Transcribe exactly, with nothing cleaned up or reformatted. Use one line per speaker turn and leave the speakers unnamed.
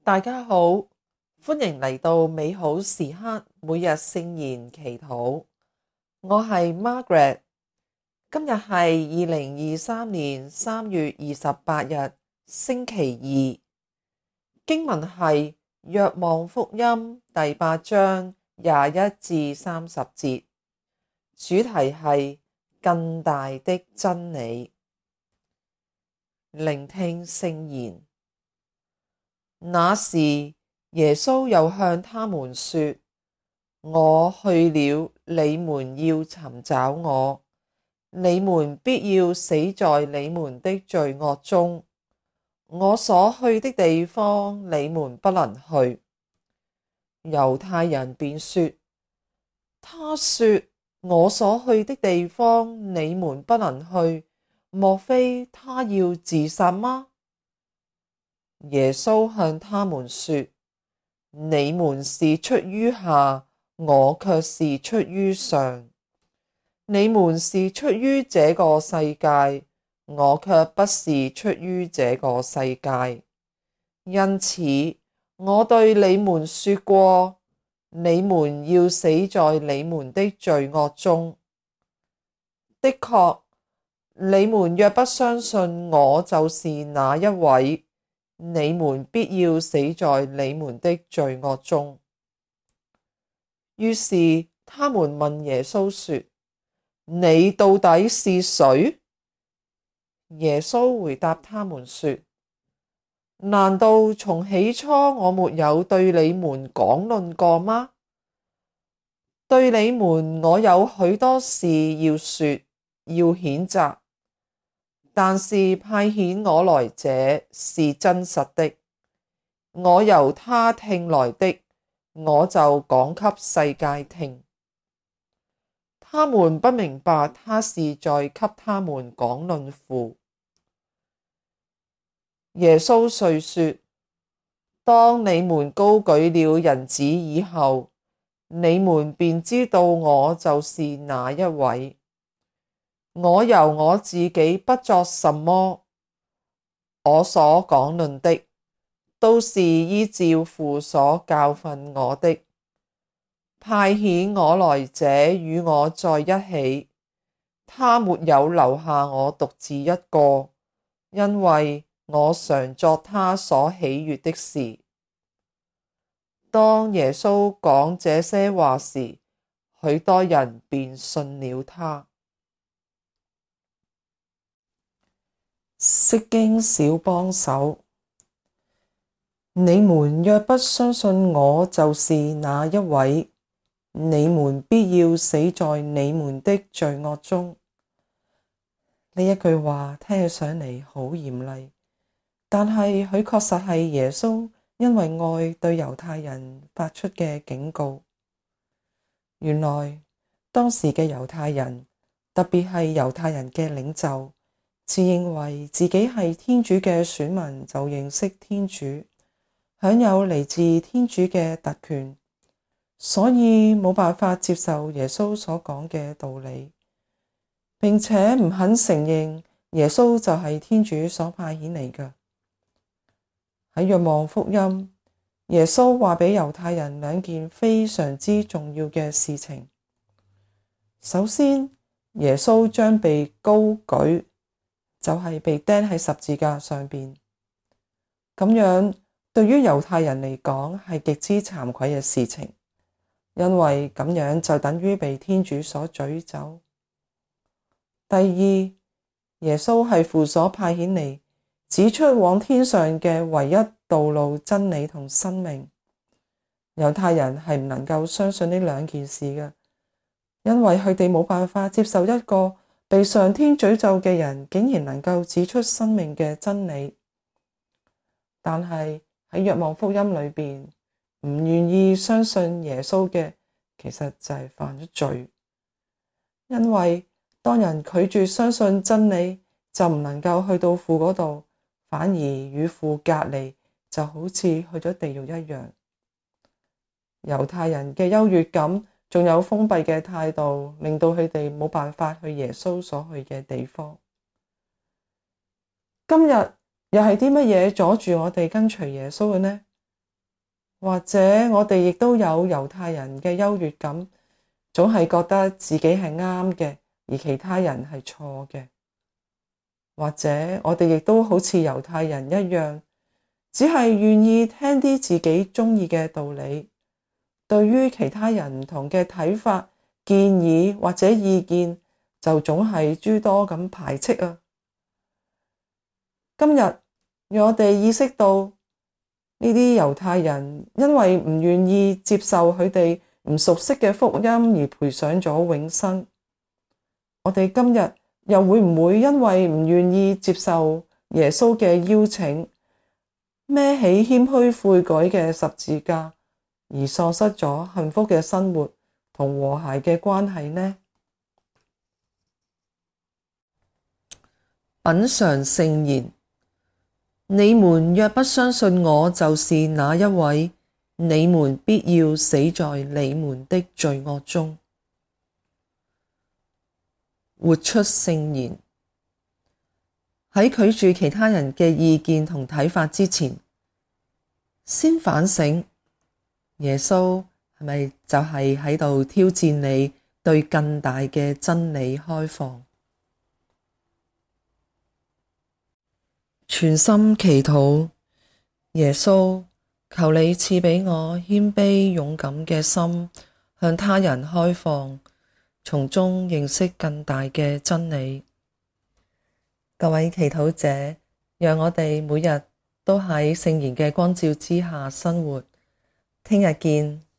大家好，歡迎嚟到美好時刻每日聖言祈禱。我係 Margaret，今日係二零二三年三月二十八日星期二。經文係若望福音第八章廿一至三十節，主題係更大的真理。聆聽聖言。那時，耶穌又向他們說：我去了，你們要尋找我，你們必要死在你們的罪惡中。我所去的地方，你們不能去。猶太人便說：他說我所去的地方，你們不能去，莫非他要自殺嗎？耶穌向他們說：你們是出於下，我卻是出於上。你們是出於這個世界，我卻不是出於這個世界。因此，我對你們說過，你們要死在你們的罪惡中。的確，你們若不相信我就是那一位，你們必要死在你們的罪惡中。於是他們問耶穌說：你到底是誰？耶穌回答他們說：難道從起初我沒有對你們講論過嗎？對你們我有許多事要說，要譴責。但是派遣我來者是真實的，我由他聽來的，我就講給世界聽。他們不明白他是在給他們講論父。耶穌遂說：當你們高舉了人子以後，你們便知道我就是那一位。我由我自己不作什麼，我所講論的，都是依照父所教訓我的。派遣我來者與我在一起，他沒有留下我獨自一個，因為我常作他所喜悅的事。當耶穌講這些話時，許多人便信了他。釋經小幫手，你們若不相信我就是那一位，你們必要死在你們的罪惡中。呢一句話聽起上嚟好嚴厲，但係佢確實係耶穌因為愛對猶太人發出嘅警告。原來當時嘅猶太人，特別係猶太人嘅領袖，自認為自己係天主嘅選民，就認識天主，享有嚟自天主嘅特權，所以冇辦法接受耶穌所講嘅道理，並且唔肯承認耶穌就係天主所派遣嚟嘅。喺若望福音，耶穌話俾猶太人兩件非常之重要嘅事情。首先，耶穌將被高舉，就係被釘喺十字架上邊，咁樣對於猶太人嚟講係極之慚愧嘅事情，因為咁樣就等於被天主所詛咒。第二，耶穌係父所派遣嚟，指出往天上嘅唯一道路、真理同生命。猶太人係唔能夠相信呢兩件事嘅，因為佢哋冇辦法接受一個被上天詛咒嘅人竟然能夠指出生命嘅真理。但係喺若望福音裏邊，唔願意相信耶穌嘅，其實就係犯咗罪。因為當人拒絕相信真理，就唔能夠去到父嗰度，反而與父隔離，就好似去咗地獄一樣。猶太人嘅優越感仲有封閉嘅態度，令到佢哋冇辦法去耶穌所去嘅地方。今日又係啲乜嘢阻住我哋跟隨耶穌嘅呢？ 或者我哋亦都有猶太人嘅優越感，總係覺得自己係啱嘅，而其他人係錯嘅。或者我哋亦都好似猶太人一樣，只係願意聽啲自己鍾意嘅道理，對於其他人唔同嘅睇法、建議或者意見，就總係諸多咁排斥啊。今日讓我哋意識到呢啲猶太人因為唔願意接受佢哋唔熟悉嘅福音而賠上咗永生。我哋今日又會唔會因為唔願意接受耶穌嘅邀請，孭起謙虛悔改嘅十字架，而喪失咗幸福嘅生活同和諧嘅關係呢？品嚐聖言。你們若不相信我就是那一位，你們必要死在你們的罪惡中。活出聖言。喺拒絕其他人嘅意見同睇法之前，先反省耶穌係咪就係喺度挑戰你對更大嘅真理開放。全心祈禱。耶穌，求你賜畀我謙卑勇敢嘅心，向他人開放，從中認識更大嘅真理。各位祈禱者，讓我哋每日都喺聖言嘅光照之下生活。聽日見。